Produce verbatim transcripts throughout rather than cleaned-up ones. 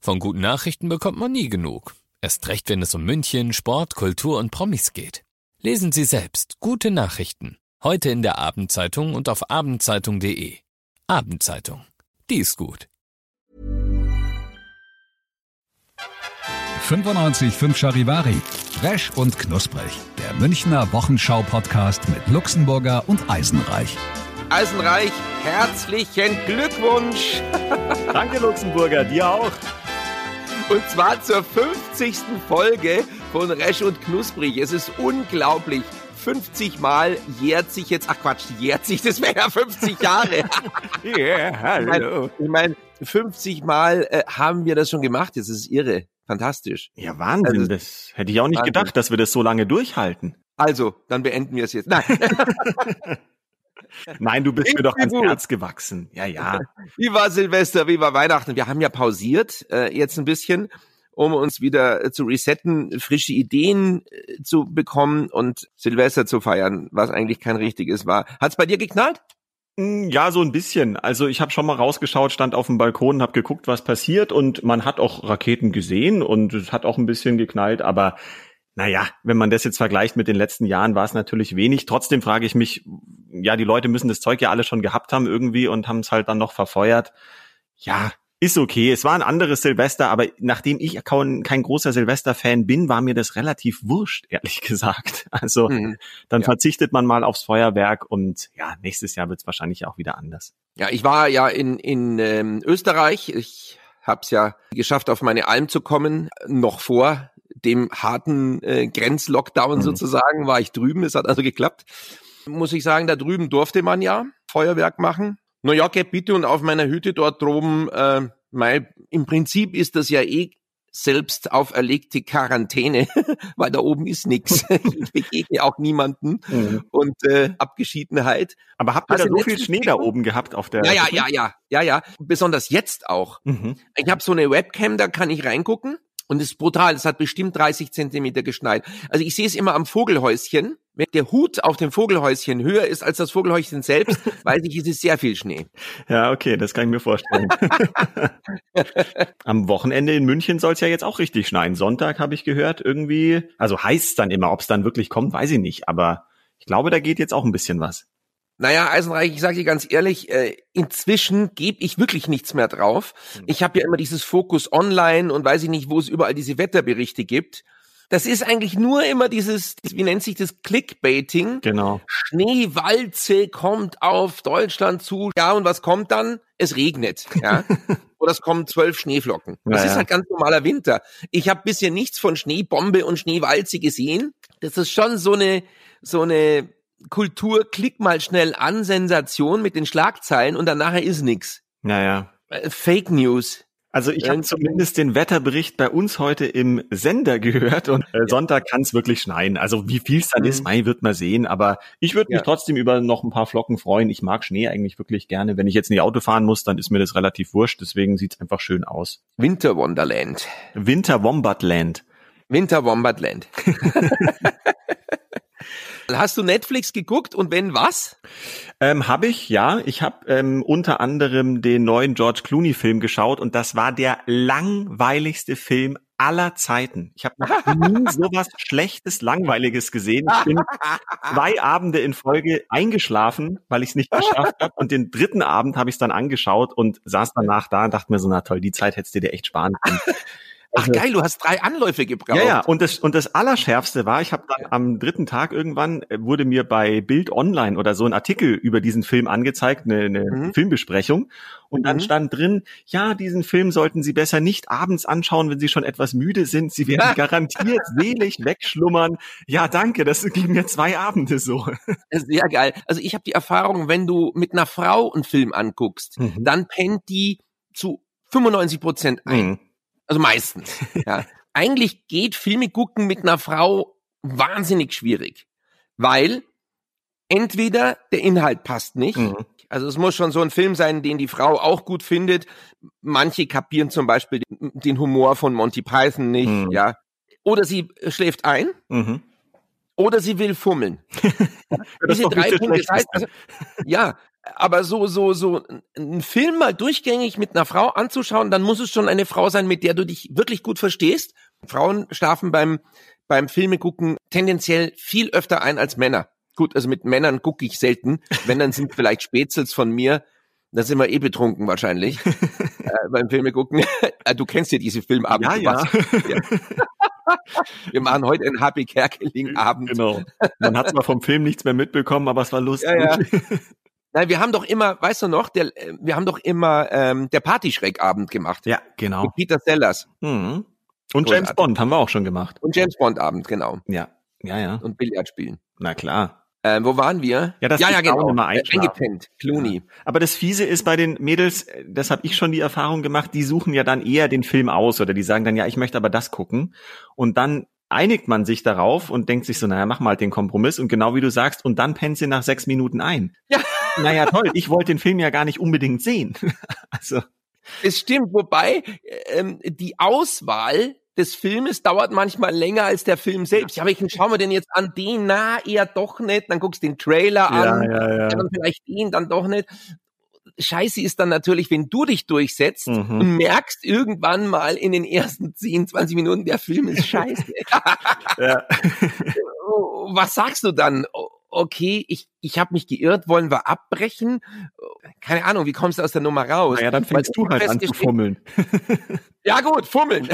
Von guten Nachrichten bekommt man nie genug. Erst recht, wenn es um München, Sport, Kultur und Promis geht. Lesen Sie selbst gute Nachrichten. Heute in der Abendzeitung und auf abendzeitung punkt de. Abendzeitung. Die ist gut. fünfundneunzig Komma fünf Charivari. Fresh und knusprig. Der Münchner Wochenschau-Podcast mit Luxemburger und Eisenreich. Eisenreich, herzlichen Glückwunsch! Danke, Luxemburger, dir auch. Und zwar zur fünfzigsten Folge von Resch und Knusprig. Es ist unglaublich. fünfzig Mal jährt sich jetzt, ach Quatsch, jährt sich, das wäre ja fünfzig Jahre. Ja, yeah, hallo. Ich meine, fünfzig Mal äh, haben wir das schon gemacht, das ist irre, fantastisch. Ja, Wahnsinn, also, das hätte ich auch nicht Wahnsinn. gedacht, dass wir das so lange durchhalten. Also, dann beenden wir es jetzt. Nein. Nein, du bist ich mir doch ans gut. Herz gewachsen. Ja, ja. Wie war Silvester, wie war Weihnachten? Wir haben ja pausiert äh, jetzt ein bisschen, um uns wieder äh, zu resetten, frische Ideen äh, zu bekommen und Silvester zu feiern, was eigentlich kein richtiges war. Hat's bei dir geknallt? Ja, so ein bisschen. Also ich habe schon mal rausgeschaut, stand auf dem Balkon, habe geguckt, was passiert und man hat auch Raketen gesehen und es hat auch ein bisschen geknallt, aber naja, wenn man das jetzt vergleicht mit den letzten Jahren, war es natürlich wenig. Trotzdem frage ich mich, ja, die Leute müssen das Zeug ja alle schon gehabt haben irgendwie und haben es halt dann noch verfeuert. Ja, ist okay. Es war ein anderes Silvester, aber nachdem ich kein, kein großer Silvester-Fan bin, war mir das relativ wurscht, ehrlich gesagt. Also mhm. dann ja. verzichtet man mal aufs Feuerwerk und ja, nächstes Jahr wird es wahrscheinlich auch wieder anders. Ja, ich war ja in, in ähm, Österreich. Ich habe es ja geschafft, auf meine Alm zu kommen, noch vor dem harten äh, Grenzlockdown mhm. sozusagen, war ich drüben, es hat also geklappt. Muss ich sagen, da drüben durfte man ja Feuerwerk machen. Na ja, geht bitte und auf meiner Hütte dort droben, äh, mein, im Prinzip ist das ja eh selbst auferlegte Quarantäne, weil da oben ist nichts. Ich begegne auch niemanden mhm. und äh, Abgeschiedenheit. Aber habt ihr da so viel Schnee da oben gehabt auf der... Ja, ja, ja, ja, ja, ja, besonders jetzt auch. Mhm. Ich habe so eine Webcam, da kann ich reingucken. Und es ist brutal, es hat bestimmt dreißig Zentimeter geschneit. Also ich sehe es immer am Vogelhäuschen. Wenn der Hut auf dem Vogelhäuschen höher ist als das Vogelhäuschen selbst, weiß ich, es ist sehr viel Schnee. Ja, okay, das kann ich mir vorstellen. Am Wochenende in München soll es ja jetzt auch richtig schneien. Sonntag habe ich gehört, irgendwie, also heißt es dann immer, ob es dann wirklich kommt, weiß ich nicht. Aber ich glaube, da geht jetzt auch ein bisschen was. Naja, Eisenreich, ich sage dir ganz ehrlich, äh, inzwischen gebe ich wirklich nichts mehr drauf. Ich habe ja immer dieses Fokus online und weiß ich nicht, wo es überall diese Wetterberichte gibt. Das ist eigentlich nur immer dieses, wie nennt sich das, Clickbaiting. Genau. Schneewalze kommt auf Deutschland zu. Ja, und was kommt dann? Es regnet, ja. Oder es kommen zwölf Schneeflocken. Das naja. ist halt ganz normaler Winter. Ich habe bisher nichts von Schneebombe und Schneewalze gesehen. Das ist schon so eine, so eine Kultur, klick mal schnell an, Sensation mit den Schlagzeilen und dann nachher ist nix. Naja. Fake News. Also ich habe zumindest den Wetterbericht bei uns heute im Sender gehört und äh, Sonntag kann es wirklich schneien. Also wie viel es dann mhm. ist, Mai wird man sehen. Aber ich würde mich ja. trotzdem über noch ein paar Flocken freuen. Ich mag Schnee eigentlich wirklich gerne. Wenn ich jetzt in die Auto fahren muss, dann ist mir das relativ wurscht. Deswegen sieht es einfach schön aus. Winter Wonderland. Winter Wombatland. Winter Wombatland. Hast du Netflix geguckt und wenn was? Ähm, habe ich, ja. Ich habe ähm, unter anderem den neuen George Clooney-Film geschaut und das war der langweiligste Film aller Zeiten. Ich habe noch nie sowas Schlechtes, Langweiliges gesehen. Ich bin zwei Abende in Folge eingeschlafen, weil ich es nicht geschafft habe. Und den dritten Abend habe ich es dann angeschaut und saß danach da und dachte mir so, na toll, die Zeit hättest du dir echt sparen können. Ach geil, du hast drei Anläufe gebraucht. Ja, ja, und das und das Allerschärfste war, ich habe dann am dritten Tag irgendwann, wurde mir bei Bild Online oder so ein Artikel über diesen Film angezeigt, eine, eine mhm. Filmbesprechung. Und dann mhm. stand drin, ja, diesen Film sollten Sie besser nicht abends anschauen, wenn Sie schon etwas müde sind. Sie werden garantiert selig wegschlummern. Ja, danke, das ging mir zwei Abende so. Sehr geil. Also ich habe die Erfahrung, wenn du mit einer Frau einen Film anguckst, mhm. dann pennt die zu fünfundneunzig Prozent ein. Mhm. Also meistens. Ja. Eigentlich geht Filme gucken mit einer Frau wahnsinnig schwierig, weil entweder der Inhalt passt nicht, mhm. also es muss schon so ein Film sein, den die Frau auch gut findet. Manche kapieren zum Beispiel den, den Humor von Monty Python nicht, mhm. ja. Oder sie schläft ein, mhm. oder sie will fummeln. Das Diese drei Punkte, das heißt, also, ja, aber so, so, so einen Film mal durchgängig mit einer Frau anzuschauen, dann muss es schon eine Frau sein, mit der du dich wirklich gut verstehst. Frauen schlafen beim, beim Filme gucken tendenziell viel öfter ein als Männer. Gut, also mit Männern gucke ich selten. Wenn, dann sind vielleicht Spätzels von mir. Da sind wir eh betrunken wahrscheinlich äh, beim Filme gucken. Du kennst ja diese Filmabende. Ja, ja. Wir machen heute einen Happy Kerkeling-Abend. Genau. Man hat zwar vom Film nichts mehr mitbekommen, aber es war lustig. Ja, ja. Nein, wir haben doch immer, weißt du noch, der, wir haben doch immer ähm, der Partyschreck-Abend gemacht. Ja, genau. Mit Peter Sellers. Mhm. Und Großartig. James Bond haben wir auch schon gemacht. Und James Bond-Abend, genau. Ja, ja, ja. Und Billard spielen. Na klar. Ähm, wo waren wir? Ja, das ja, ja, genau. Immer eingepennt. Clooney. Ja. Aber das Fiese ist bei den Mädels, das habe ich schon die Erfahrung gemacht, die suchen ja dann eher den Film aus oder die sagen dann, ja, ich möchte aber das gucken. Und dann einigt man sich darauf und denkt sich so, naja, mach mal den Kompromiss. Und genau wie du sagst, und dann pennt sie nach sechs Minuten ein. Ja. Naja, toll, ich wollte den Film ja gar nicht unbedingt sehen. Also. Es stimmt, wobei ähm, die Auswahl des Filmes dauert manchmal länger als der Film selbst. Ja, welchen schauen wir denn jetzt an? Den? Na, eher doch nicht. Dann guckst du den Trailer an. Ja, ja, ja. Dann vielleicht den, dann doch nicht. Scheiße ist dann natürlich, wenn du dich durchsetzt mhm. und merkst irgendwann mal in den ersten zehn, zwanzig Minuten, der Film ist scheiße. Ja. Was sagst du dann? Okay, ich ich habe mich geirrt, wollen wir abbrechen? Keine Ahnung, wie kommst du aus der Nummer raus? Naja, dann fängst du halt an zu fummeln. Ja gut, fummeln.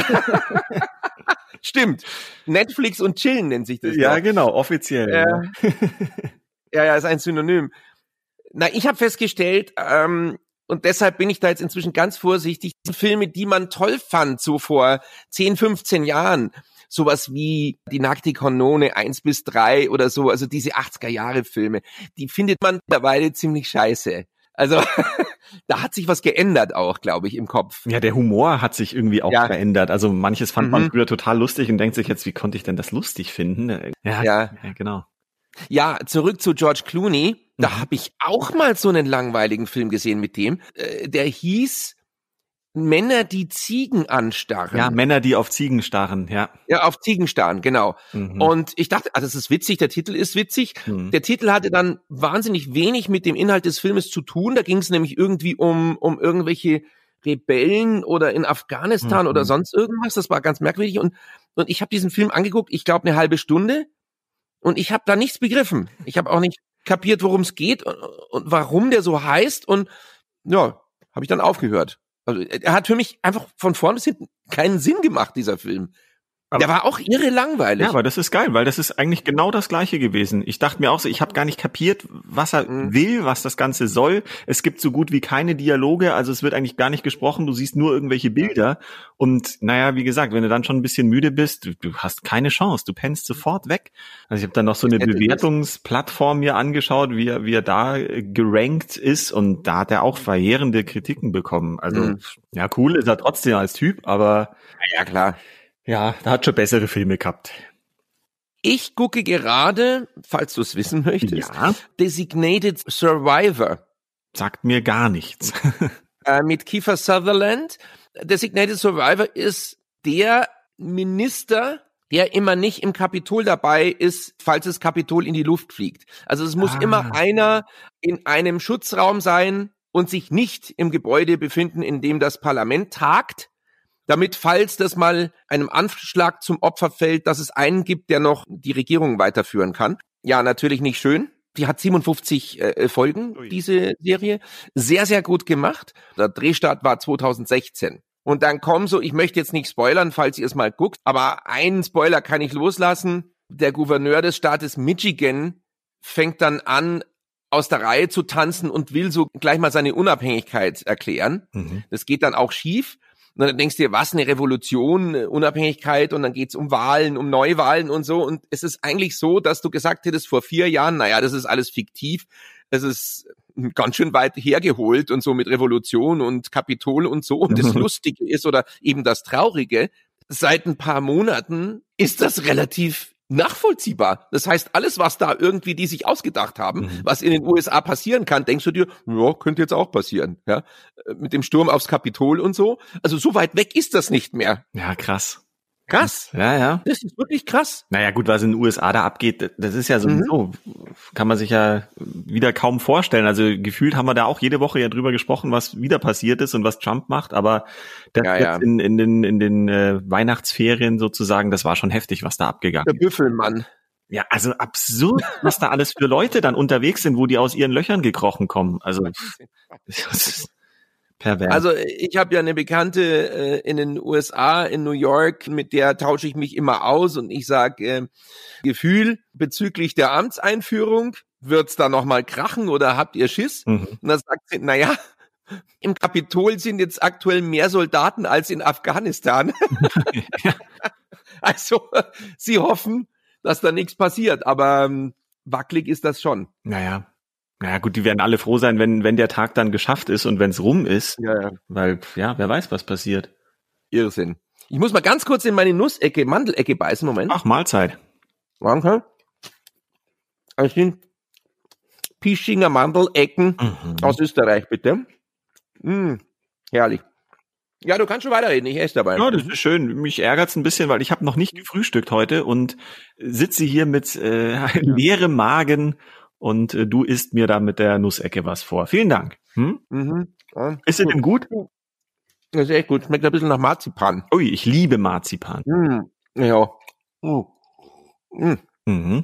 Stimmt. Netflix und chillen nennt sich das. Ja, noch. Genau, offiziell. Äh, ja, ja, ist ein Synonym. Na, ich habe festgestellt, ähm, und deshalb bin ich da jetzt inzwischen ganz vorsichtig, die Filme, die man toll fand, so vor zehn, fünfzehn Jahren, sowas wie Die nackte Kanone eins bis drei oder so, also diese achtziger-Jahre-Filme, die findet man mittlerweile ziemlich scheiße. Also da hat sich was geändert auch, glaube ich, im Kopf. Ja, der Humor hat sich irgendwie auch ja. verändert. Also manches fand mhm. man früher total lustig und denkt sich jetzt, wie konnte ich denn das lustig finden? Ja, ja. ja genau. Ja, zurück zu George Clooney. Da mhm. habe ich auch mal so einen langweiligen Film gesehen mit dem. Äh, der hieß Männer, die Ziegen anstarren. Ja, Männer, die auf Ziegen starren, ja. Ja, auf Ziegen starren, genau. Mhm. Und ich dachte, ah, das ist witzig, der Titel ist witzig. Mhm. Der Titel hatte dann wahnsinnig wenig mit dem Inhalt des Filmes zu tun. Da ging es nämlich irgendwie um um irgendwelche Rebellen oder in Afghanistan mhm. oder sonst irgendwas. Das war ganz merkwürdig. Und und ich habe diesen Film angeguckt, ich glaube eine halbe Stunde. Und ich habe da nichts begriffen. Ich habe auch nicht kapiert, worum es geht und, und warum der so heißt. Und ja, habe ich dann aufgehört. Also er hat für mich einfach von vorn bis hinten keinen Sinn gemacht, dieser Film. Aber der war auch irre langweilig. Ja, aber das ist geil, weil das ist eigentlich genau das Gleiche gewesen. Ich dachte mir auch so, ich habe gar nicht kapiert, was er mhm. will, was das Ganze soll. Es gibt so gut wie keine Dialoge, also es wird eigentlich gar nicht gesprochen, du siehst nur irgendwelche Bilder. Und naja, wie gesagt, wenn du dann schon ein bisschen müde bist, du, du hast keine Chance, du pennst sofort weg. Also ich habe dann noch so eine Bewertungsplattform mir angeschaut, wie er, wie er da gerankt ist, und da hat er auch verheerende Kritiken bekommen. Also mhm. ja, cool ist er trotzdem als Typ, aber ja klar. Ja, da hat schon bessere Filme gehabt. Ich gucke gerade, falls du es wissen möchtest, ja. Designated Survivor. Sagt mir gar nichts. äh, mit Kiefer Sutherland. Designated Survivor ist der Minister, der immer nicht im Kapitol dabei ist, falls das Kapitol in die Luft fliegt. Also es muss ah. immer einer in einem Schutzraum sein und sich nicht im Gebäude befinden, in dem das Parlament tagt, damit, falls das mal einem Anschlag zum Opfer fällt, dass es einen gibt, der noch die Regierung weiterführen kann. Ja, natürlich nicht schön. Die hat siebenundfünfzig äh, Folgen, Ui. diese Serie. Sehr, sehr gut gemacht. Der Drehstart war zweitausendsechzehn. Und dann kommen so, ich möchte jetzt nicht spoilern, falls ihr es mal guckt, aber einen Spoiler kann ich loslassen. Der Gouverneur des Staates Michigan fängt dann an, aus der Reihe zu tanzen und will so gleich mal seine Unabhängigkeit erklären. Mhm. Das geht dann auch schief. Und dann denkst du dir, was, eine Revolution, Unabhängigkeit, und dann geht's um Wahlen, um Neuwahlen und so. Und es ist eigentlich so, dass du gesagt hättest vor vier Jahren, naja, das ist alles fiktiv, es ist ganz schön weit hergeholt und so mit Revolution und Kapitol und so. Und das Lustige ist, oder eben das Traurige, seit ein paar Monaten ist das relativ nachvollziehbar. Das heißt, alles, was da irgendwie die sich ausgedacht haben, mhm. was in den U S A passieren kann, denkst du dir, ja, könnte jetzt auch passieren, ja, mit dem Sturm aufs Kapitol und so. Also so weit weg ist das nicht mehr. Ja, krass. Krass. Ja, ja. Das ist wirklich krass. Naja, gut, was in den U S A da abgeht, das ist ja sowieso, mhm. kann man sich ja wieder kaum vorstellen. Also gefühlt haben wir da auch jede Woche ja drüber gesprochen, was wieder passiert ist und was Trump macht, aber das ja, jetzt ja. in, in den, in den äh, Weihnachtsferien sozusagen, das war schon heftig, was da abgegangen ist. Der Büffelmann. Ja, also absurd, was da alles für Leute dann unterwegs sind, wo die aus ihren Löchern gekrochen kommen. Also das ist pervers. Also ich habe ja eine Bekannte äh, in den U S A, in New York, mit der tausche ich mich immer aus und ich sage, äh, Gefühl bezüglich der Amtseinführung, wird's da nochmal krachen oder habt ihr Schiss? Mhm. Und dann sagt sie, naja, im Kapitol sind jetzt aktuell mehr Soldaten als in Afghanistan. Ja. Also sie hoffen, dass da nichts passiert, aber ähm, wackelig ist das schon. Naja. Naja gut, die werden alle froh sein, wenn wenn der Tag dann geschafft ist und wenn es rum ist. Ja, ja. Weil, ja, wer weiß, was passiert. Irrsinn. Ich muss mal ganz kurz in meine Nussecke, Mandelecke beißen, Moment. Ach, Mahlzeit. Danke. Das sind Pischinger Mandelecken Mhm. aus Österreich, bitte. Mm, herrlich. Ja, du kannst schon weiterreden, ich esse dabei. Ja, das ist schön. Mich ärgert's ein bisschen, weil ich habe noch nicht gefrühstückt heute und sitze hier mit äh, leerem Magen und äh, du isst mir da mit der Nussecke was vor. Vielen Dank. Hm? Mhm. Ja, Ist sie denn gut? das ist echt gut. Schmeckt ein bisschen nach Marzipan. Ui, ich liebe Marzipan. Mm, ja. Mm. Mm. Mhm.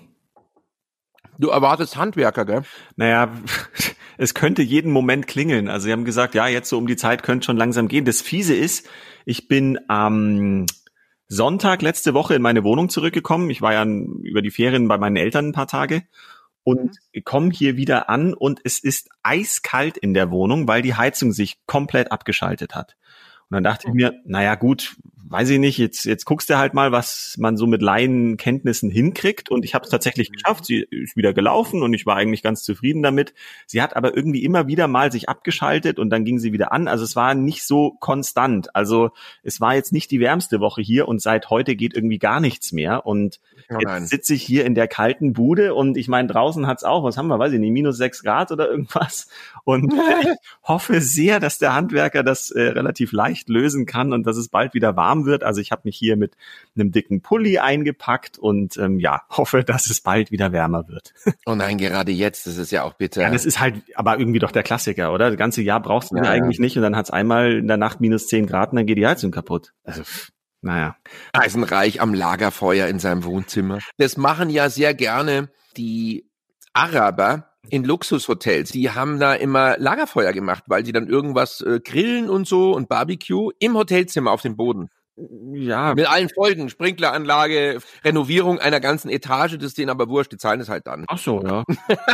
Du erwartest Handwerker, gell? Naja, es könnte jeden Moment klingeln. Also sie haben gesagt, ja, jetzt so um die Zeit könnte schon langsam gehen. Das Fiese ist, ich bin am Sonntag letzte Woche in meine Wohnung zurückgekommen. Ich war ja über die Ferien bei meinen Eltern ein paar Tage und komme hier wieder an und es ist eiskalt in der Wohnung, weil die Heizung sich komplett abgeschaltet hat. Und dann dachte ich mir, naja gut, weiß ich nicht, jetzt jetzt guckst du halt mal, was man so mit Laienkenntnissen hinkriegt. Und ich habe es tatsächlich geschafft. Sie ist wieder gelaufen und ich war eigentlich ganz zufrieden damit. Sie hat aber irgendwie immer wieder mal sich abgeschaltet und dann ging sie wieder an. Also es war nicht so konstant. Also es war jetzt nicht die wärmste Woche hier und seit heute geht irgendwie gar nichts mehr. Und Oh nein. jetzt sitze ich hier in der kalten Bude und ich meine, draußen hat's auch, was haben wir, weiß ich nicht, minus sechs Grad oder irgendwas. Und ich hoffe sehr, dass der Handwerker das äh, relativ leicht lösen kann und dass es bald wieder warm wird. Also ich habe mich hier mit einem dicken Pulli eingepackt und ähm, ja, hoffe, dass es bald wieder wärmer wird. Oh nein, gerade jetzt, das ist ja auch bitter. Ja, das ist halt aber irgendwie doch der Klassiker, oder? Das ganze Jahr brauchst du Ja, ja, ja. eigentlich nicht und dann hat's einmal in der Nacht minus zehn Grad und dann geht die Heizung kaputt. Also, pff, naja. Eisenreich am Lagerfeuer in seinem Wohnzimmer. Das machen ja sehr gerne die Araber in Luxushotels. Die haben da immer Lagerfeuer gemacht, weil sie dann irgendwas äh, grillen und so und Barbecue im Hotelzimmer auf dem Boden. Ja, Mit allen Folgen, Sprinkleranlage, Renovierung einer ganzen Etage, das ist denen aber wurscht, die zahlen es halt dann. ach so, ja.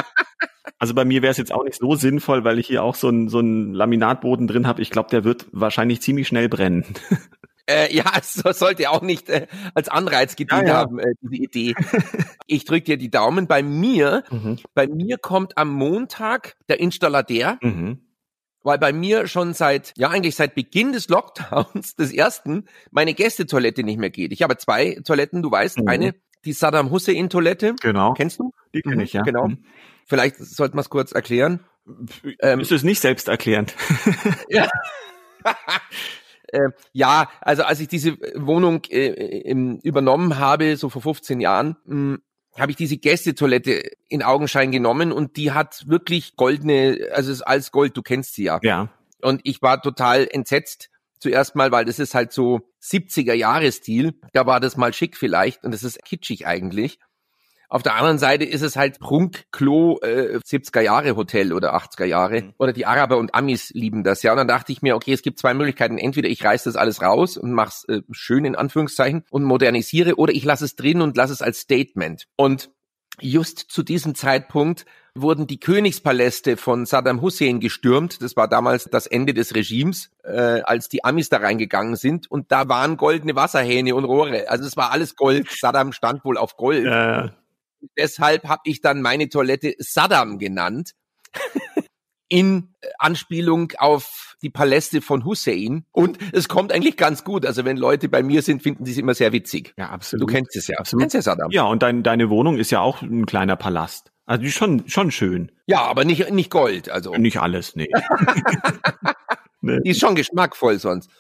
Also bei mir wäre es jetzt auch nicht so sinnvoll, weil ich hier auch so einen so einen Laminatboden drin habe. Ich glaube, der wird wahrscheinlich ziemlich schnell brennen. Äh, ja, es sollte auch nicht äh, als Anreiz gedient Ja, ja. haben, äh, diese Idee. Ich drücke dir die Daumen. Bei mir, Mhm. bei mir kommt am Montag der Installateur, Mhm. weil bei mir schon seit, ja eigentlich seit Beginn des Lockdowns, des ersten, meine Gästetoilette nicht mehr geht. Ich habe zwei Toiletten, du weißt, Mhm. eine, die Saddam Hussein-Toilette. Genau. Kennst du? Die kenne ich, ja. Genau. Mhm. Vielleicht sollten wir es kurz erklären. Ähm, Ist es nicht selbsterklärend? Ja. äh, ja, also als ich diese Wohnung äh, im, übernommen habe, so vor fünfzehn Jahren, mh, habe ich diese Gästetoilette in Augenschein genommen und die hat wirklich goldene, also es ist alles Gold, du kennst sie ja. Ja. Und ich war total entsetzt zuerst mal, weil das ist halt so siebziger-Jahre-Stil. Da war das mal schick vielleicht und das ist kitschig eigentlich. Auf der anderen Seite ist es halt Prunkklo äh, siebziger-Jahre-Hotel oder achtziger-Jahre. Mhm. Oder die Araber und Amis lieben das, ja. Und dann dachte ich mir, okay, es gibt zwei Möglichkeiten. Entweder ich reiß das alles raus und mach's äh, schön in Anführungszeichen und modernisiere, oder ich lasse es drin und lasse es als Statement. Und just zu diesem Zeitpunkt wurden die Königspaläste von Saddam Hussein gestürmt. Das war damals das Ende des Regimes, äh, als die Amis da reingegangen sind. Und da waren goldene Wasserhähne und Rohre. Also es war alles Gold. Saddam stand wohl auf Gold. Äh, Deshalb habe ich dann meine Toilette Saddam genannt, in Anspielung auf die Paläste von Hussein. Und es kommt eigentlich ganz gut. Also wenn Leute bei mir sind, finden sie es immer sehr witzig. ja, absolut. Du kennst es ja. Absolut. Du kennst ja Saddam. Ja, und dein, deine Wohnung ist ja auch ein kleiner Palast. Also die ist schon, schon schön. Ja, aber nicht, nicht Gold. Also Nicht alles, nee. Nee. die ist schon geschmackvoll sonst.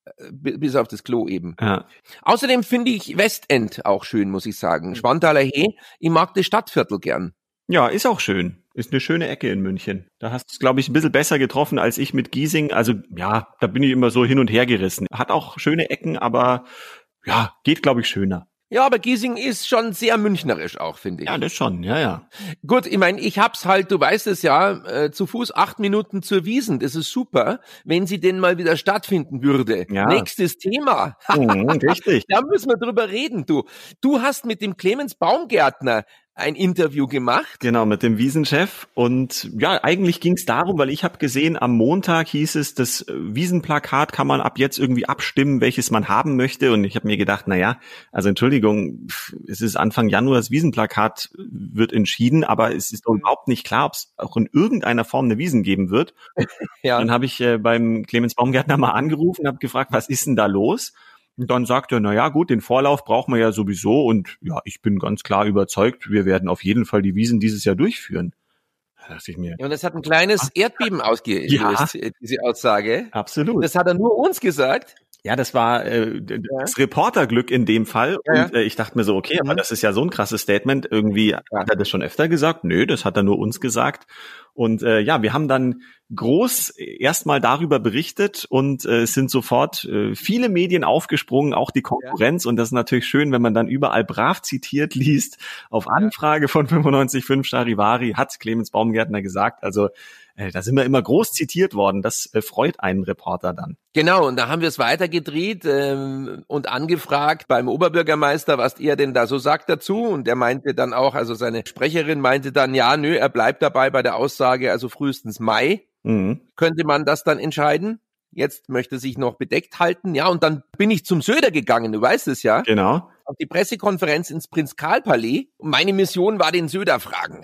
bis auf das Klo eben. Ja. Außerdem finde ich Westend auch schön, muss ich sagen. Schwanthaler Heh, ich mag das Stadtviertel gern. Ja, ist auch schön. Ist eine schöne Ecke in München. Da hast du es, glaube ich, ein bisschen besser getroffen als ich mit Giesing. Also ja, da bin ich immer so hin und her gerissen. Hat auch schöne Ecken, aber ja, geht, glaube ich, schöner. Ja, aber Giesing ist schon sehr münchnerisch auch, finde ich. Ja, das schon, ja, ja. Gut, ich meine, ich hab's halt, du weißt es ja, äh, zu Fuß acht Minuten zur Wiesn. Das ist super, wenn sie denn mal wieder stattfinden würde. Ja. Nächstes Thema. Mhm, richtig. Da müssen wir drüber reden, du. Du hast mit dem Clemens Baumgärtner ein Interview gemacht. Genau, mit dem Wiesenchef. Und ja, eigentlich ging es darum, weil ich habe gesehen, am Montag hieß es, das Wiesenplakat kann man ab jetzt irgendwie abstimmen, welches man haben möchte. Und ich habe mir gedacht, na ja, also Entschuldigung, es ist Anfang Januar, das Wiesenplakat wird entschieden, aber es ist überhaupt nicht klar, ob es auch in irgendeiner Form eine Wiesn geben wird. Ja. Dann habe ich äh, beim Clemens Baumgärtner mal angerufen und habe gefragt, was ist denn da los? Und dann sagt er, na ja, gut, den Vorlauf brauchen wir ja sowieso und ja, ich bin ganz klar überzeugt, wir werden auf jeden Fall die Wiesn dieses Jahr durchführen. Da dachte ich mir. Ja, und das hat ein kleines Erdbeben ausgelöst, ja. Diese Aussage. Absolut. Das hat er nur uns gesagt. Ja, das war äh, das ja. Reporterglück in dem Fall. Ja, und äh, ich dachte mir so, okay, mhm. aber das ist ja so ein krasses Statement. Irgendwie ja. hat er das schon öfter gesagt. Nö, das hat er nur uns gesagt. Und äh, ja, wir haben dann groß erstmal darüber berichtet und äh, es sind sofort äh, viele Medien aufgesprungen, auch die Konkurrenz. Ja. Und das ist natürlich schön, wenn man dann überall brav zitiert liest. Auf Anfrage von fünfundneunzig Komma fünf Charivari hat Clemens Baumgärtner gesagt. Also äh, da sind wir immer groß zitiert worden. Das äh, freut einen Reporter dann. Genau, und da haben wir es weitergedreht ähm, und angefragt beim Oberbürgermeister, was er denn da so sagt dazu. Und der meinte dann auch, also seine Sprecherin meinte dann, ja, nö, er bleibt dabei bei der Aussage, also frühestens Mai. Mhm. Könnte man das dann entscheiden. Jetzt möchte sich noch bedeckt halten. Ja, und dann bin ich zum Söder gegangen, du weißt es ja. Genau. Auf die Pressekonferenz ins Prinz-Karl-Palais. Und meine Mission war, den Söder fragen.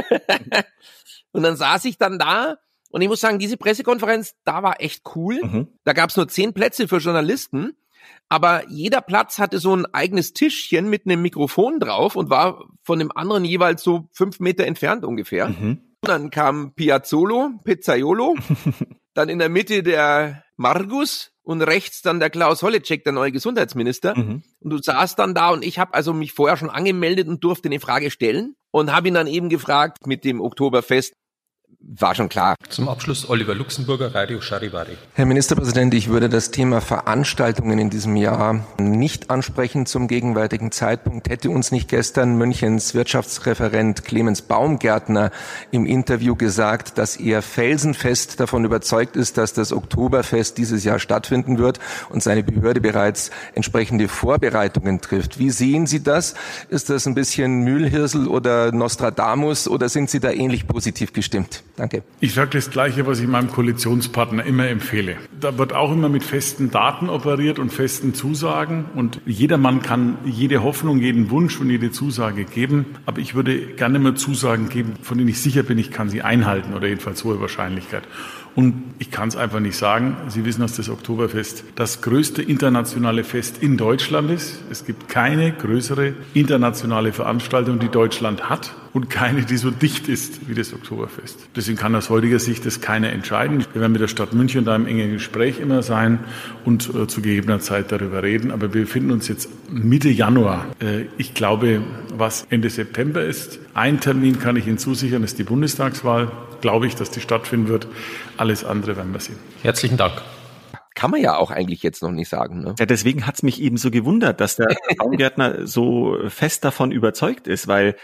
Und dann saß ich dann da und ich muss sagen, diese Pressekonferenz, da war echt cool. Mhm. Da gab's nur zehn Plätze für Journalisten. Aber jeder Platz hatte so ein eigenes Tischchen mit einem Mikrofon drauf und war von dem anderen jeweils so fünf Meter entfernt ungefähr. Mhm. Dann kam Piazzolo, Pizzaiolo, dann in der Mitte der Margus und rechts dann der Klaus Holleczek, der neue Gesundheitsminister. Mhm. Und du saßt dann da und ich habe also mich vorher schon angemeldet und durfte eine Frage stellen und habe ihn dann eben gefragt mit dem Oktoberfest. War schon klar. Zum Abschluss Oliver Luxemburger, Radio Charivari. Herr Ministerpräsident, ich würde das Thema Veranstaltungen in diesem Jahr nicht ansprechen zum gegenwärtigen Zeitpunkt. Hätte uns nicht gestern Münchens Wirtschaftsreferent Clemens Baumgärtner im Interview gesagt, dass er felsenfest davon überzeugt ist, dass das Oktoberfest dieses Jahr stattfinden wird und seine Behörde bereits entsprechende Vorbereitungen trifft. Wie sehen Sie das? Ist das ein bisschen Mühlhirsel oder Nostradamus oder sind Sie da ähnlich positiv gestimmt? Danke. Ich sage das Gleiche, was ich meinem Koalitionspartner immer empfehle. Da wird auch immer mit festen Daten operiert und festen Zusagen. Und jedermann kann jede Hoffnung, jeden Wunsch und jede Zusage geben. Aber ich würde gerne immer Zusagen geben, von denen ich sicher bin, ich kann sie einhalten oder jedenfalls hohe Wahrscheinlichkeit. Und ich kann es einfach nicht sagen. Sie wissen, dass das Oktoberfest das größte internationale Fest in Deutschland ist. Es gibt keine größere internationale Veranstaltung, die Deutschland hat und keine, die so dicht ist wie das Oktoberfest. Deswegen kann aus heutiger Sicht das keiner entscheiden. Wir werden mit der Stadt München da im engen Gespräch immer sein und äh, zu gegebener Zeit darüber reden. Aber wir befinden uns jetzt Mitte Januar. Äh, ich glaube, was Ende September ist, ein Termin kann ich Ihnen zusichern, ist die Bundestagswahl. Glaube ich, dass die stattfinden wird. Alles andere werden wir sehen. Herzlichen Dank. Kann man ja auch eigentlich jetzt noch nicht sagen. Ne? Ja, deswegen hat's mich eben so gewundert, dass der Baumgärtner so fest davon überzeugt ist, weil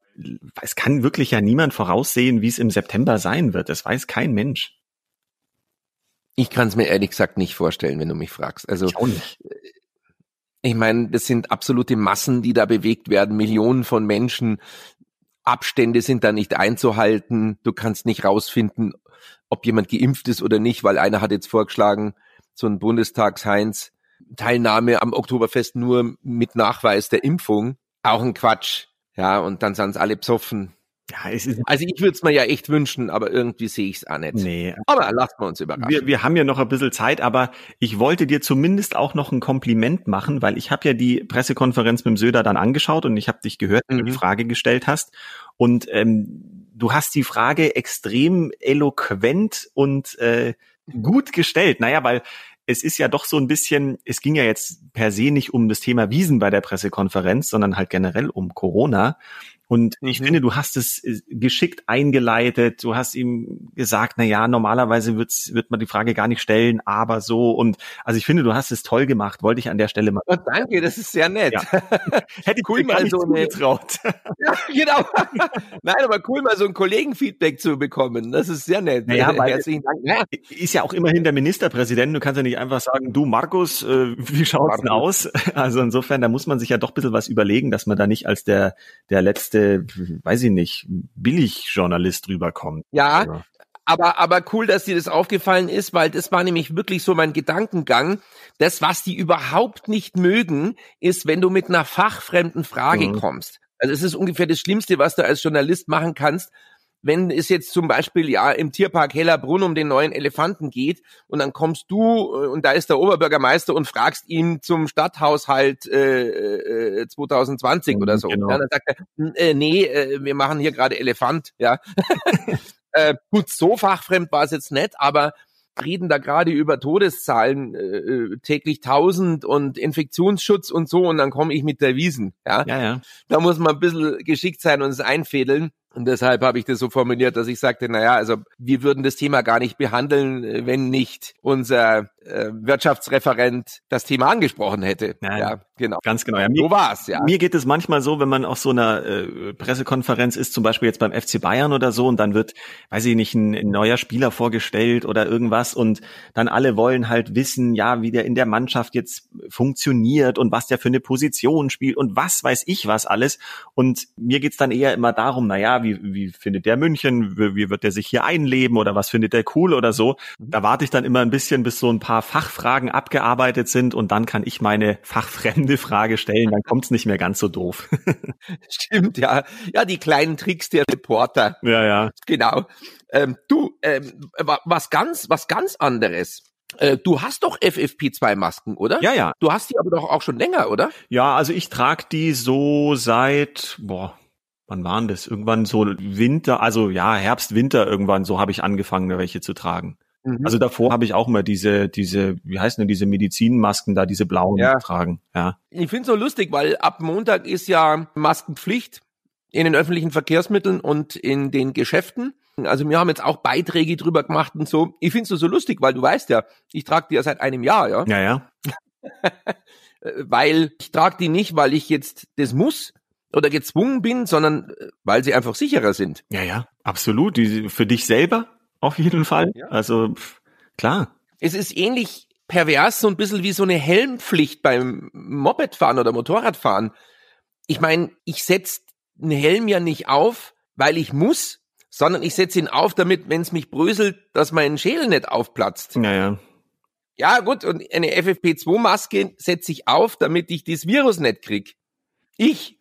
es kann wirklich ja niemand voraussehen, wie es im September sein wird. Das weiß kein Mensch. Ich kann es mir ehrlich gesagt nicht vorstellen, wenn du mich fragst. Also ich auch nicht. Ich meine, das sind absolute Massen, die da bewegt werden, Millionen von Menschen. Abstände sind da nicht einzuhalten. Du kannst nicht rausfinden, ob jemand geimpft ist oder nicht, weil einer hat jetzt vorgeschlagen, so ein Bundestagsheinz, Teilnahme am Oktoberfest nur mit Nachweis der Impfung. Auch ein Quatsch. Ja, und dann sind alle besoffen. Ja, es ist also ich würde es mir ja echt wünschen, aber irgendwie sehe ich es auch nicht. Nee. Aber lassen wir uns überraschen. Wir, wir haben ja noch ein bisschen Zeit, aber ich wollte dir zumindest auch noch ein Kompliment machen, weil ich habe ja die Pressekonferenz mit dem Söder dann angeschaut und ich habe dich gehört, wenn mhm. du die Frage gestellt hast. Und ähm, du hast die Frage extrem eloquent und äh, gut gestellt. Naja, weil es ist ja doch so ein bisschen, es ging ja jetzt per se nicht um das Thema Wiesn bei der Pressekonferenz, sondern halt generell um Corona. Und ich mhm. finde, du hast es geschickt eingeleitet. Du hast ihm gesagt, na ja, normalerweise wird's, wird man die Frage gar nicht stellen, aber so. Und also ich finde, du hast es toll gemacht. Wollte ich an der Stelle mal. Oh, danke, das ist sehr nett. Ja. Hätte ich cool, mir gar nicht so zugetraut. Ja, genau. Nein, aber cool, mal so ein Kollegenfeedback zu bekommen. Das ist sehr nett. Naja, weil herzlichen Dank. Ja. Ist ja auch immerhin der Ministerpräsident. Du kannst ja nicht einfach sagen, du Markus, äh, wie schaut's denn aus? Also insofern, da muss man sich ja doch ein bisschen was überlegen, dass man da nicht als der, der letzte weiß ich nicht, Billigjournalist rüberkommt. Ja, also. aber aber cool, dass dir das aufgefallen ist, weil das war nämlich wirklich so mein Gedankengang. Das, was die überhaupt nicht mögen, ist, wenn du mit einer fachfremden Frage mhm. kommst. Also es ist ungefähr das Schlimmste, was du als Journalist machen kannst, wenn es jetzt zum Beispiel ja im Tierpark Hellerbrunn um den neuen Elefanten geht und dann kommst du und da ist der Oberbürgermeister und fragst ihn zum Stadthaushalt äh, äh, zwanzig zwanzig mhm, oder so. Genau. Ja, dann sagt er, äh, nee, äh, wir machen hier gerade Elefant. Ja, äh, gut, so fachfremd war es jetzt nicht, aber reden da gerade über Todeszahlen, äh, täglich tausend und Infektionsschutz und so und dann komme ich mit der Wiesn. Ja? Ja, ja. Da muss man ein bisschen geschickt sein und es einfädeln. Und deshalb habe ich das so formuliert, dass ich sagte, naja, also wir würden das Thema gar nicht behandeln, wenn nicht unser äh, Wirtschaftsreferent das Thema angesprochen hätte. Ja, ja genau. Ganz genau. Ja, mir, so war's, ja. Mir geht es manchmal so, wenn man auf so einer äh, Pressekonferenz ist, zum Beispiel jetzt beim F C Bayern oder so, und dann wird, weiß ich nicht, ein, ein neuer Spieler vorgestellt oder irgendwas und dann alle wollen halt wissen, ja, wie der in der Mannschaft jetzt funktioniert und was der für eine Position spielt und was weiß ich was alles. Und mir geht's dann eher immer darum, naja, Wie, wie findet der München, wie, wie wird der sich hier einleben oder was findet der cool oder so. Da warte ich dann immer ein bisschen, bis so ein paar Fachfragen abgearbeitet sind und dann kann ich meine fachfremde Frage stellen, dann kommt's nicht mehr ganz so doof. Stimmt, ja. Ja, die kleinen Tricks der Reporter. Ja, ja. Genau. Ähm, du, ähm, was ganz, was ganz anderes. Äh, du hast doch F F P zwei Masken, oder? Ja, ja. Du hast die aber doch auch schon länger, oder? Ja, also ich trage die so seit, boah, wann waren das? Irgendwann so Winter, also ja, Herbst, Winter irgendwann, so habe ich angefangen, welche zu tragen. Mhm. Also davor habe ich auch immer diese, diese, wie heißen denn diese Medizinmasken da, diese blauen ja. getragen. Ja. Ich finde es so lustig, weil ab Montag ist ja Maskenpflicht in den öffentlichen Verkehrsmitteln und in den Geschäften. Also wir haben jetzt auch Beiträge drüber gemacht und so. Ich finde es so lustig, weil du weißt ja, ich trage die ja seit einem Jahr, ja. Ja, ja. Weil ich trage die nicht, weil ich jetzt das muss oder gezwungen bin, sondern weil sie einfach sicherer sind. Ja, ja, absolut. Die, für dich selber auf jeden Fall. Ja. Also pff, klar. Es ist ähnlich pervers, so ein bisschen wie so eine Helmpflicht beim Mopedfahren oder Motorradfahren. Ich meine, ich setze einen Helm ja nicht auf, weil ich muss, sondern ich setze ihn auf, damit, wenn es mich bröselt, dass mein Schädel nicht aufplatzt. Ja, ja. Ja, gut, und eine F F P zwei Maske setze ich auf, damit ich das Virus nicht krieg. Ich.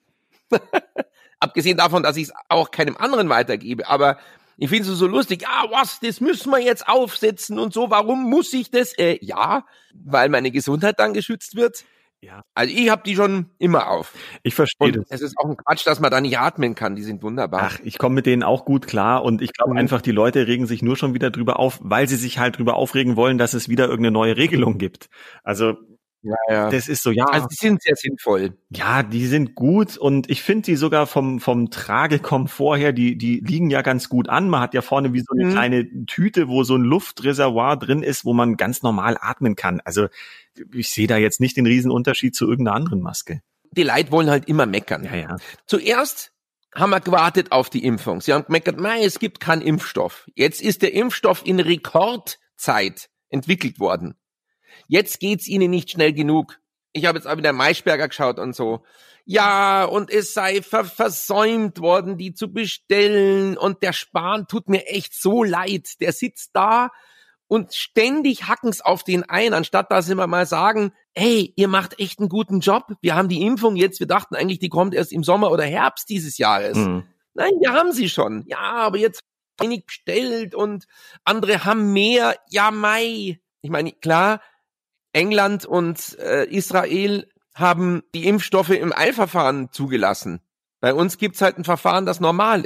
Abgesehen davon, dass ich es auch keinem anderen weitergebe. Aber ich finde es so lustig. Ah, was, das müssen wir jetzt aufsetzen und so. Warum muss ich das? Äh, ja, weil meine Gesundheit dann geschützt wird. Ja. Also ich habe die schon immer auf. Ich verstehe das. Es ist auch ein Quatsch, dass man da nicht atmen kann. Die sind wunderbar. Ach, ich komme mit denen auch gut klar. Und ich glaube mhm. einfach, die Leute regen sich nur schon wieder drüber auf, weil sie sich halt drüber aufregen wollen, dass es wieder irgendeine neue Regelung gibt. Also Ja, ja. Das ist so, ja. Also die sind sehr sinnvoll. Ja, die sind gut und ich finde die sogar vom vom Tragekomfort her, die die liegen ja ganz gut an. Man hat ja vorne wie so eine mhm. kleine Tüte, wo so ein Luftreservoir drin ist, wo man ganz normal atmen kann. Also ich sehe da jetzt nicht den riesen Unterschied zu irgendeiner anderen Maske. Die Leute wollen halt immer meckern. Ja, ja. Zuerst haben wir gewartet auf die Impfung. Sie haben gemeckert, nein, es gibt keinen Impfstoff. Jetzt ist der Impfstoff in Rekordzeit entwickelt worden. Jetzt geht's ihnen nicht schnell genug. Ich habe jetzt auch wieder Maischberger geschaut und so. Ja, und es sei ver- versäumt worden, die zu bestellen. Und der Spahn tut mir echt so leid. Der sitzt da und ständig hacken's auf den ein, anstatt dass sie mal sagen, hey, ihr macht echt einen guten Job. Wir haben die Impfung jetzt. Wir dachten eigentlich, die kommt erst im Sommer oder Herbst dieses Jahres. Mhm. Nein, wir haben sie schon. Ja, aber jetzt wenig bestellt und andere haben mehr. Ja, Mai. Ich meine, klar, England und äh, Israel haben die Impfstoffe im Eilverfahren zugelassen. Bei uns gibt's halt ein Verfahren, das normal ist.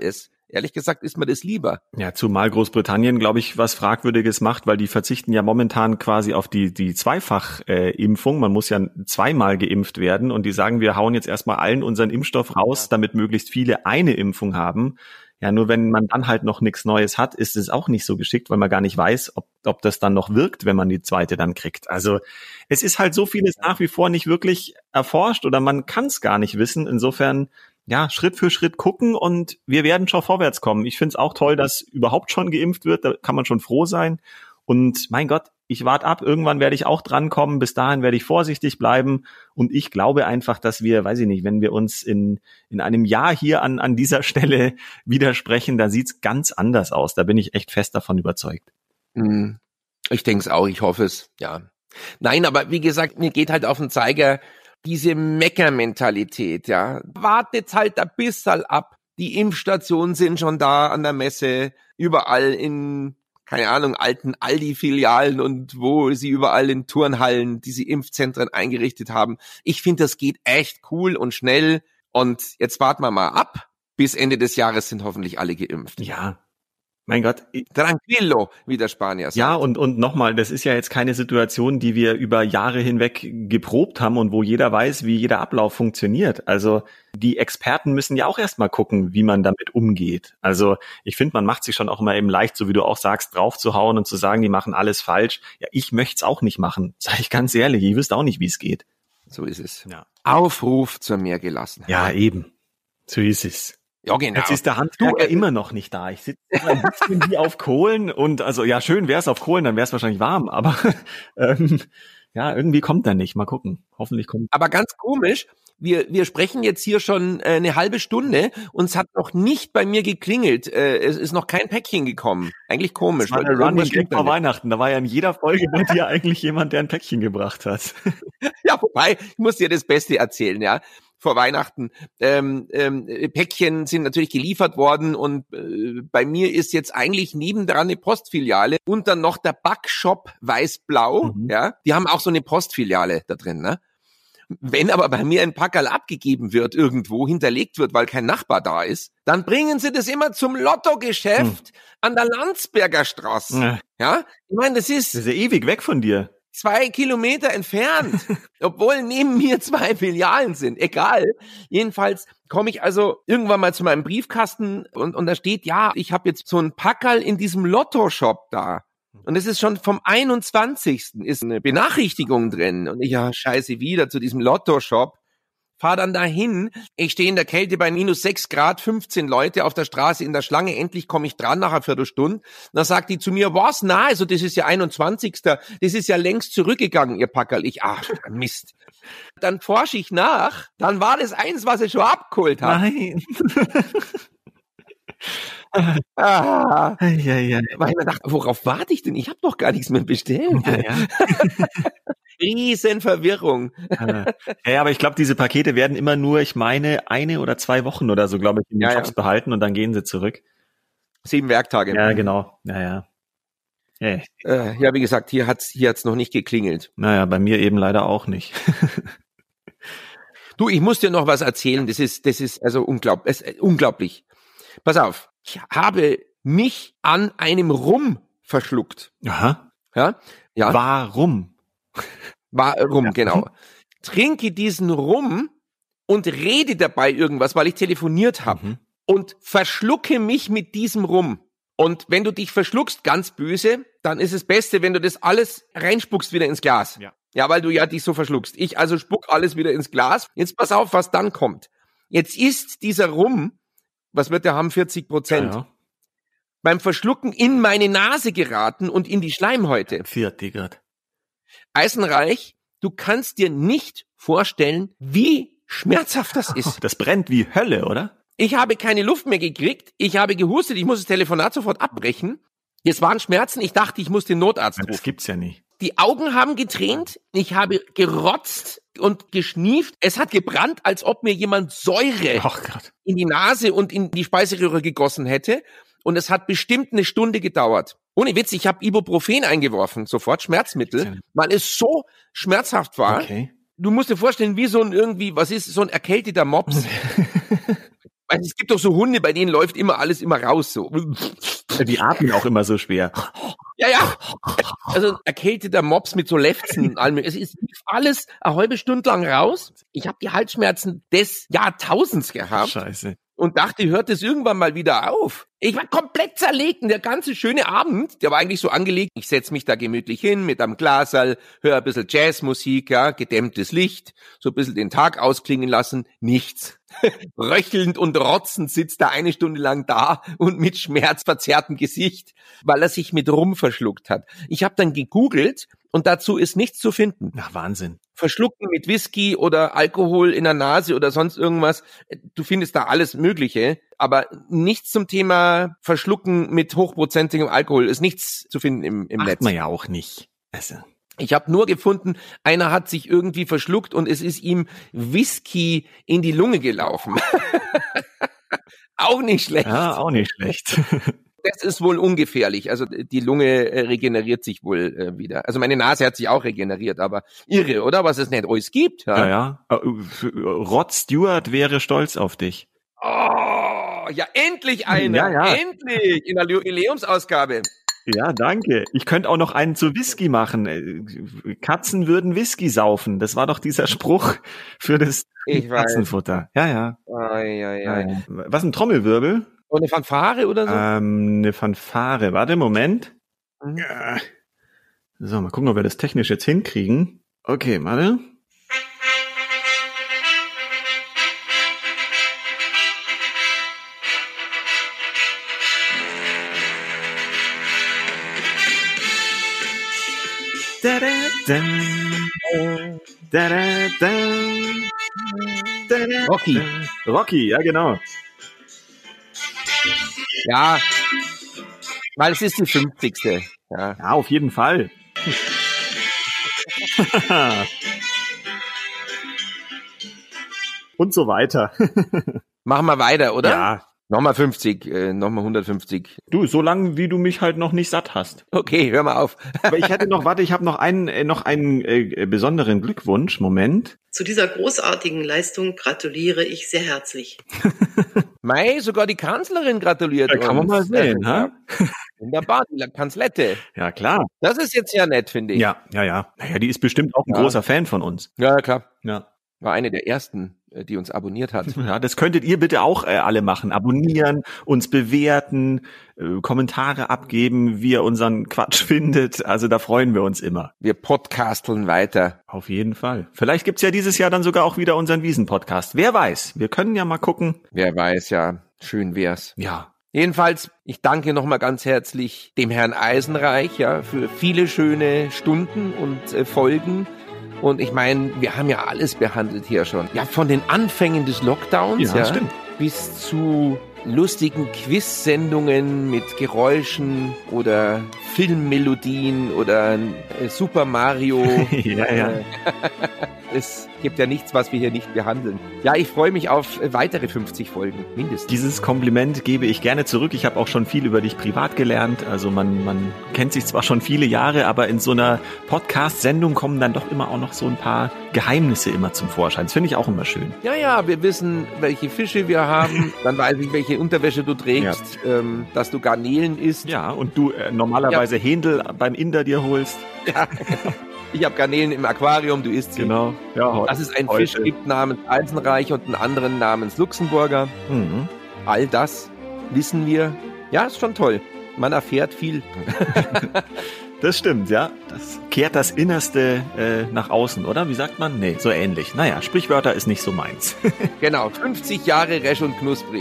Ehrlich gesagt ist mir das lieber. Ja, zumal Großbritannien, glaube ich, was Fragwürdiges macht, weil die verzichten ja momentan quasi auf die die Zweifach-Impfung. Äh, Man muss ja zweimal geimpft werden und die sagen, wir hauen jetzt erstmal allen unseren Impfstoff raus, ja, damit möglichst viele eine Impfung haben. Ja, nur wenn man dann halt noch nichts Neues hat, ist es auch nicht so geschickt, weil man gar nicht weiß, ob ob das dann noch wirkt, wenn man die zweite dann kriegt. Also es ist halt so vieles nach wie vor nicht wirklich erforscht oder man kann es gar nicht wissen. Insofern ja, Schritt für Schritt gucken und wir werden schon vorwärts kommen. Ich finde es auch toll, dass überhaupt schon geimpft wird, da kann man schon froh sein. Und mein Gott, ich warte ab, irgendwann werde ich auch drankommen, bis dahin werde ich vorsichtig bleiben und ich glaube einfach, dass wir, weiß ich nicht, wenn wir uns in in einem Jahr hier an an dieser Stelle widersprechen, da sieht's ganz anders aus, da bin ich echt fest davon überzeugt. Ich denke es auch, ich hoffe es, ja. Nein, aber wie gesagt, mir geht halt auf den Zeiger, diese Meckermentalität, ja. Wartet halt ein bisschen ab. Die Impfstationen sind schon da an der Messe, überall in, keine Ahnung, alten Aldi-Filialen und wo sie überall in Turnhallen diese Impfzentren eingerichtet haben. Ich finde, das geht echt cool und schnell. Und jetzt warten wir mal ab. Bis Ende des Jahres sind hoffentlich alle geimpft. Ja. Mein Gott. Tranquillo, wie der Spanier sagt. Ja, und und nochmal, das ist ja jetzt keine Situation, die wir über Jahre hinweg geprobt haben und wo jeder weiß, wie jeder Ablauf funktioniert. Also die Experten müssen ja auch erstmal gucken, wie man damit umgeht. Also ich finde, man macht sich schon auch immer eben leicht, so wie du auch sagst, draufzuhauen und zu sagen, die machen alles falsch. Ja, ich möchte es auch nicht machen, sage ich ganz ehrlich. Ihr wisst auch nicht, wie es geht. So ist es. Ja. Aufruf zur Mehrgelassenheit. Ja, eben. So ist es. Ja, genau. Jetzt ist der Handwerker du, äh, immer noch nicht da. Ich sitze ein bisschen wie auf Kohlen und also ja, schön wäre es auf Kohlen, dann wäre es wahrscheinlich warm, aber ähm, ja, irgendwie kommt er nicht. Mal gucken. Hoffentlich kommt. Aber ganz komisch, wir wir sprechen jetzt hier schon äh, eine halbe Stunde und es hat noch nicht bei mir geklingelt. Äh, es ist noch kein Päckchen gekommen. Eigentlich komisch. Das war der Running Gag vor Weihnachten. Da war ja in jeder Folge bei dir eigentlich jemand, der ein Päckchen gebracht hat. Ja, wobei, ich muss dir das Beste erzählen, ja. Vor Weihnachten. Ähm, ähm, Päckchen sind natürlich geliefert worden und äh, bei mir ist jetzt eigentlich nebendran eine Postfiliale und dann noch der Backshop Weiß-Blau. Mhm. Ja, die haben auch so eine Postfiliale da drin. Ne? Wenn aber bei mir ein Packerl abgegeben wird, irgendwo hinterlegt wird, weil kein Nachbar da ist, dann bringen sie das immer zum Lottogeschäft mhm. an der Landsberger Straße. Ja, ja? Ich meine, das ist... Das ist ja ewig weg von dir. Zwei Kilometer entfernt, obwohl neben mir zwei Filialen sind. Egal. Jedenfalls komme ich also irgendwann mal zu meinem Briefkasten und, und da steht, ja, ich habe jetzt so ein Packerl in diesem Lotto-Shop da. Und es ist schon vom einundzwanzigsten ist eine Benachrichtigung drin. Und ich, ja, scheiße, wieder zu diesem Lotto-Shop. Fahr dann dahin, ich stehe in der Kälte bei minus sechs Grad, fünfzehn Leute auf der Straße in der Schlange, endlich komme ich dran nach einer Viertelstunde. Dann sagt die zu mir, was, na, also das ist ja einundzwanzigster Das ist ja längst zurückgegangen, ihr Packerl. Ich, ach, Mist. Dann forsche ich nach, dann war das eins, was ich schon abgeholt habe. Nein. ah, ja, ja. Weil ich mir dachte, worauf warte ich denn? Ich habe doch gar nichts mehr bestellt. Ja, ja. Riesen Verwirrung. Ja, ja, aber ich glaube, diese Pakete werden immer nur, ich meine, eine oder zwei Wochen oder so, glaube ich, in den ja, Shops ja. behalten und dann gehen sie zurück. Sieben Werktage. Ja, genau. Naja. Ja, äh, ja, wie gesagt, hier hat's hier hat's noch nicht geklingelt. Naja, bei mir eben leider auch nicht. Du, ich muss dir noch was erzählen. Das ist, das ist also unglaublich. Äh, unglaublich. Pass auf. Ich habe mich an einem Rum verschluckt. Aha. Ja? Ja. Warum? Warum, ja. genau. Trinke diesen Rum und rede dabei irgendwas, weil ich telefoniert habe. Mhm. Und verschlucke mich mit diesem Rum. Und wenn du dich verschluckst, ganz böse, dann ist es Beste, wenn du das alles reinspuckst wieder ins Glas. Ja. Ja, weil du ja dich so verschluckst. Ich also spuck alles wieder ins Glas. Jetzt pass auf, was dann kommt. Jetzt ist dieser Rum, was wird der haben, vierzig Prozent, ja, ja. beim Verschlucken in meine Nase geraten und in die Schleimhäute. vierzig Grad. Eisenreich, du kannst dir nicht vorstellen, wie schmerzhaft das ist. Das brennt wie Hölle, oder? Ich habe keine Luft mehr gekriegt, ich habe gehustet, ich muss das Telefonat sofort abbrechen. Es waren Schmerzen, ich dachte, ich muss den Notarzt rufen. Das gibt's ja nicht. Die Augen haben getränt, ich habe gerotzt und geschnieft. Es hat gebrannt, als ob mir jemand Säure Ach Gott. in die Nase und in die Speiseröhre gegossen hätte. Und es hat bestimmt eine Stunde gedauert. Ohne Witz, ich habe Ibuprofen eingeworfen, sofort Schmerzmittel, weil es so schmerzhaft war. Okay. Du musst dir vorstellen, wie so ein irgendwie, was ist, so ein erkälteter Mops. Weil es gibt doch so Hunde, bei denen läuft immer alles immer raus so. Die atmen auch immer so schwer. Ja, ja. Also erkälteter Mops mit so Lefzen und allem. Es ist alles eine halbe Stunde lang raus. Ich habe die Halsschmerzen des Jahrtausends gehabt. Scheiße. Und dachte, hört es irgendwann mal wieder auf. Ich war komplett zerlegt und der ganze schöne Abend, der war eigentlich so angelegt, ich setz mich da gemütlich hin mit einem Glaserl, höre ein bisschen Jazzmusik, ja, gedämmtes Licht, so ein bisschen den Tag ausklingen lassen, nichts. Röchelnd und rotzend sitzt er eine Stunde lang da und mit schmerzverzerrtem Gesicht, weil er sich mit Rum verschluckt hat. Ich habe dann gegoogelt und dazu ist nichts zu finden. Ach, Wahnsinn. Verschlucken mit Whisky oder Alkohol in der Nase oder sonst irgendwas. Du findest da alles Mögliche, aber nichts zum Thema Verschlucken mit hochprozentigem Alkohol ist nichts zu finden im, im Macht Netz. man ja auch nicht. Also. Ich habe nur gefunden, einer hat sich irgendwie verschluckt und es ist ihm Whisky in die Lunge gelaufen. Auch nicht schlecht. Ja, auch nicht schlecht. Das ist wohl ungefährlich. Also die Lunge äh, regeneriert sich wohl äh, wieder. Also meine Nase hat sich auch regeneriert, aber irre, oder? Was es nicht alles gibt. Ja, ja. ja. Rod Stewart wäre stolz auf dich. Oh, ja, endlich einer. Ja, ja. Endlich in der Jubiläumsausgabe. Ja, danke. Ich könnte auch noch einen zu Whisky machen. Katzen würden Whisky saufen. Das war doch dieser Spruch für das ich Katzenfutter. Ja, ja. Ai, ai, ai. Was, ein Trommelwirbel? Und eine Fanfare oder so? Ähm, eine Fanfare. Warte, Moment. Mhm. Ja. So, mal gucken, ob wir das technisch jetzt hinkriegen. Okay, warte. Da, da, da. Da, da, da. Da, da, Rocky. Da. Rocky, ja genau. Ja, weil es ist die fünfzigste. Ja, ja auf jeden Fall. Und so weiter. Machen wir weiter, oder? Ja. Nochmal fünfzig, äh, nochmal hundertfünfzig. Du, so lange, wie du mich halt noch nicht satt hast. Okay, hör mal auf. Aber ich hätte noch, warte, ich habe noch einen, äh, noch einen äh, besonderen Glückwunsch. Moment. Zu dieser großartigen Leistung gratuliere ich sehr herzlich. Mei, sogar die Kanzlerin gratuliert uns. Da kann man mal sehen, ha? Wunderbar, die Kanzlette. Ja, klar. Das ist jetzt ja nett, finde ich. Ja, ja, ja. Naja, die ist bestimmt auch ein ja. großer Fan von uns. Ja, klar. Ja. War eine der ersten, die uns abonniert hat. Ja, das könntet ihr bitte auch äh, alle machen. Abonnieren, uns bewerten, äh, Kommentare abgeben, wie ihr unseren Quatsch findet. Also da freuen wir uns immer. Wir podcasteln weiter. Auf jeden Fall. Vielleicht gibt's ja dieses Jahr dann sogar auch wieder unseren Wiesen-Podcast. Wer weiß. Wir können ja mal gucken. Wer weiß, ja. Schön wär's. Ja. Jedenfalls, ich danke nochmal ganz herzlich dem Herrn Eisenreich, ja, für viele schöne Stunden und äh, Folgen. Und ich meine, wir haben ja alles behandelt hier schon. Ja, von den Anfängen des Lockdowns, ja, ja stimmt. bis zu lustigen Quiz-Sendungen mit Geräuschen oder Filmmelodien oder äh, Super Mario. ja, ja. Es gibt ja nichts, was wir hier nicht behandeln. Ja, ich freue mich auf weitere fünfzig Folgen, mindestens. Dieses Kompliment gebe ich gerne zurück. Ich habe auch schon viel über dich privat gelernt. Also man, man kennt sich zwar schon viele Jahre, aber in so einer Podcast-Sendung kommen dann doch immer auch noch so ein paar Geheimnisse immer zum Vorschein. Das finde ich auch immer schön. Ja, ja, wir wissen, welche Fische wir haben. Dann weiß ich, welche Unterwäsche du trägst, ja. ähm, dass du Garnelen isst. Ja, und du äh, normalerweise ja. Händel beim Inder dir holst. Ja. Ich habe Garnelen im Aquarium, du isst sie. Genau. Ja, heute, Dass es einen heute. Fisch gibt namens Eisenreich und einen anderen namens Luxemburger. Mhm. All das wissen wir. Ja, ist schon toll. Man erfährt viel. Das stimmt, ja. Das kehrt das Innerste äh, nach außen, oder? Wie sagt man? Nee, so ähnlich. Naja, Sprichwörter ist nicht so meins. Genau, fünfzig Jahre Resch und Knusprig.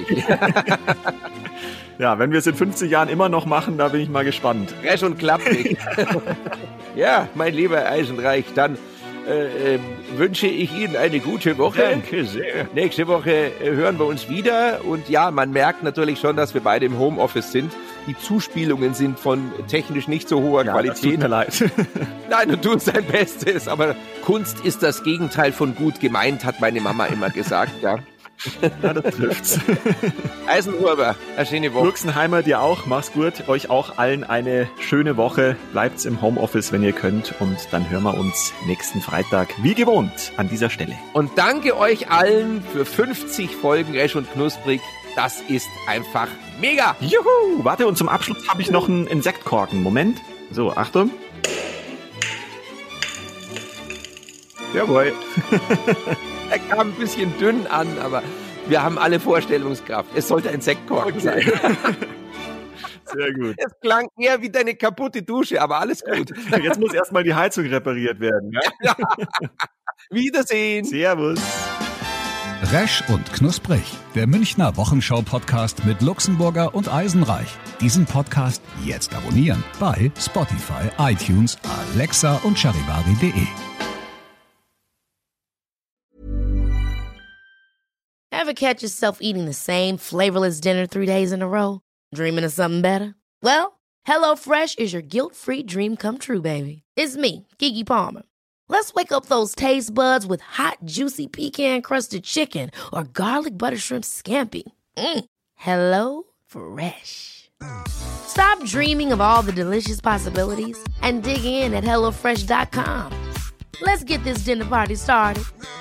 Ja, wenn wir es in fünfzig Jahren immer noch machen, da bin ich mal gespannt. Resch und klapprig. Ja, mein lieber Eisenreich, dann äh, äh, wünsche ich Ihnen eine gute Woche. Danke sehr. Nächste Woche äh, hören wir uns wieder. Und ja, man merkt natürlich schon, dass wir beide im Homeoffice sind. Die Zuspielungen sind von technisch nicht so hoher ja, Qualität. Das tut mir leid. Nein, du tust dein Bestes. Aber Kunst ist das Gegenteil von gut gemeint, hat meine Mama immer gesagt, ja. Ja, das trifft's. Eisenhuber, eine schöne Woche. Luxenheimer, dir auch. Mach's gut. Euch auch allen eine schöne Woche. Bleibt's im Homeoffice, wenn ihr könnt. Und dann hören wir uns nächsten Freitag, wie gewohnt, an dieser Stelle. Und danke euch allen für fünfzig Folgen Resch und Knusprig. Das ist einfach mega. Juhu! Warte, und zum Abschluss habe ich noch einen Insektkorken. Moment. So, Achtung. Jawohl. Er kam ein bisschen dünn an, aber wir haben alle Vorstellungskraft. Es sollte ein Sektkorken okay. sein. Sehr gut. Es klang eher wie deine kaputte Dusche, aber alles gut. Jetzt muss erstmal die Heizung repariert werden. Ja? Ja. Wiedersehen. Servus. Resch und Knusprig, der Münchner Wochenschau-Podcast mit Luxemburger und Eisenreich. Diesen Podcast jetzt abonnieren bei Spotify, iTunes, Alexa und charivari punkt de. Ever catch yourself eating the same flavorless dinner three days in a row? Dreaming of something better? Well, HelloFresh is your guilt-free dream come true, baby. It's me, Keke Palmer. Let's wake up those taste buds with hot, juicy pecan-crusted chicken or garlic butter shrimp scampi. Mm. Hello Fresh. Stop dreaming of all the delicious possibilities and dig in at hello fresh dot com. Let's get this dinner party started.